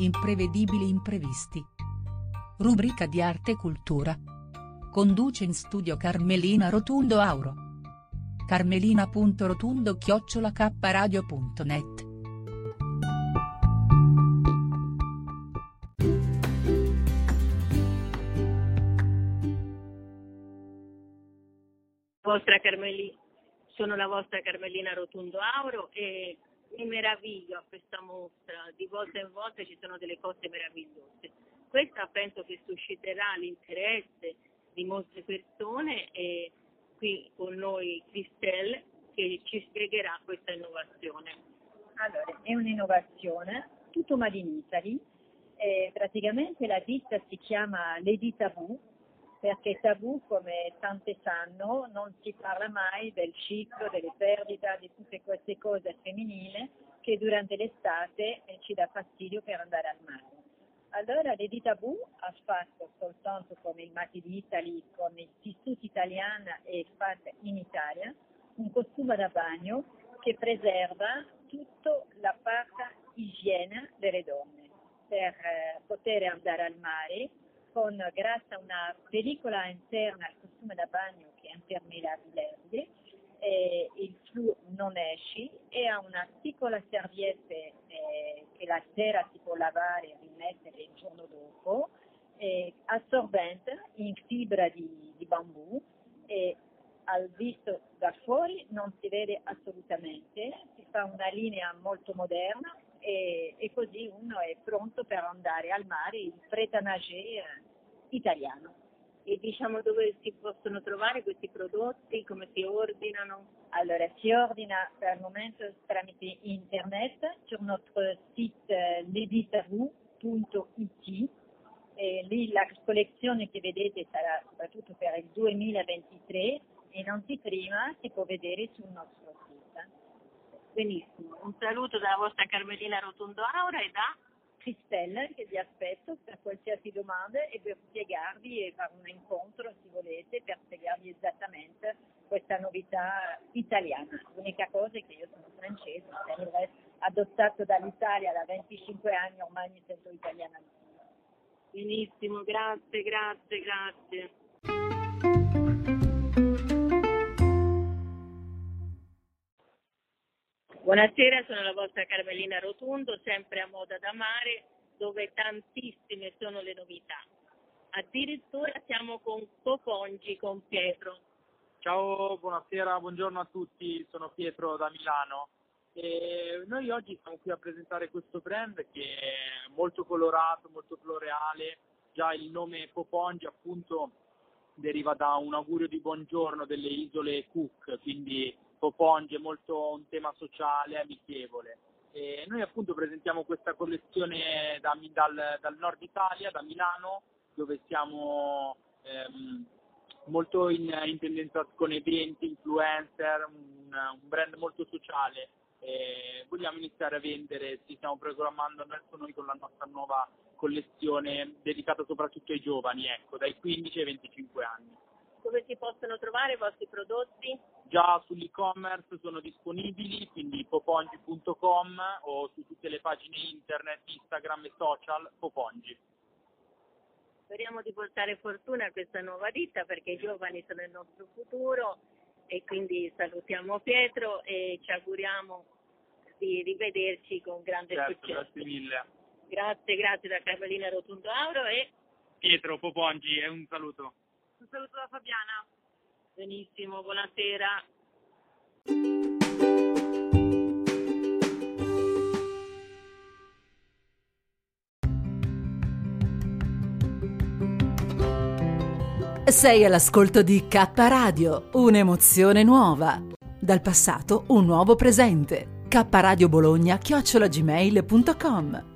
imprevedibili imprevisti. Rubrica di arte e cultura. Conduce in studio Carmelina Rotundo Auro. carmelina.rotundo@kradio.net. Sono la vostra Carmelina Rotundo Auro e mi meraviglio a questa mostra. Di volta in volta ci sono delle cose meravigliose. Questa penso che susciterà l'interesse di molte persone e qui con noi Christelle che ci spiegherà questa innovazione. Allora, è un'innovazione, tutto made in Italy. Praticamente la ditta si chiama Lady Tabù, perché tabù, come tante sanno, non si parla mai del ciclo, delle perdite, di tutte queste cose femminili che durante l'estate ci dà fastidio per andare al mare. Allora Lady Tabù ha fatto soltanto come il Made in Italy, con il tessuto italiano e fatto in Italia, un costume da bagno che preserva tutta la parte igiene delle donne per poter andare al mare grazie a una pellicola interna al costume da bagno che è impermeabile, il fluo non esce e ha una piccola servietta che la sera si può lavare e rimettere il giorno dopo, assorbente in fibra di bambù e al visto da fuori non si vede assolutamente, si fa una linea molto moderna e così uno è pronto per andare al mare, il prêt-à-nager italiano. E diciamo dove si possono trovare questi prodotti, come si ordinano? Allora, si ordina per il momento tramite internet sul nostro sito ladytaboo.it e lì la collezione che vedete sarà soprattutto per il 2023 e non si prima si può vedere sul nostro sito. Benissimo, un saluto dalla vostra Carmelina Rotundo Aura e da Christelle che vi aspetto per qualsiasi domanda e per spiegarvi e fare un incontro se volete per spiegarvi esattamente questa novità italiana. L'unica cosa è che io sono francese, per il resto adottato dall'Italia da 25 anni ormai mi sento italiana. Benissimo, grazie. Buonasera, sono la vostra Carmelina Rotundo, sempre a Moda da Mare, dove tantissime sono le novità. Addirittura siamo con Popongi, con Pietro. Ciao, buonasera, buongiorno a tutti, sono Pietro da Milano. E noi oggi siamo qui a presentare questo brand che è molto colorato, molto floreale. Già il nome Popongi appunto deriva da un augurio di buongiorno delle isole Cook, quindi Popongi è molto un tema sociale, amichevole. E noi appunto presentiamo questa collezione dal nord Italia, da Milano, dove siamo molto in tendenza con eventi, influencer, un brand molto sociale. Vogliamo iniziare a vendere, ci stiamo programmando adesso noi con la nostra nuova collezione dedicata soprattutto ai giovani, ecco, dai 15 ai 25 anni. Dove si possono trovare i vostri prodotti? Già sull'e-commerce sono disponibili, quindi popongi.com o su tutte le pagine internet, Instagram e social, Popongi. Speriamo di portare fortuna a questa nuova ditta perché i giovani sono il nostro futuro e quindi salutiamo Pietro e ci auguriamo di rivederci con grande successo. Grazie mille. Grazie da Carmelina Rotundo Auro e Pietro Popongi, e un saluto. Un saluto da Fabiana. Benissimo, buonasera. Sei all'ascolto di K Radio, un'emozione nuova. Dal passato un nuovo presente. kradiobologna@gmail.com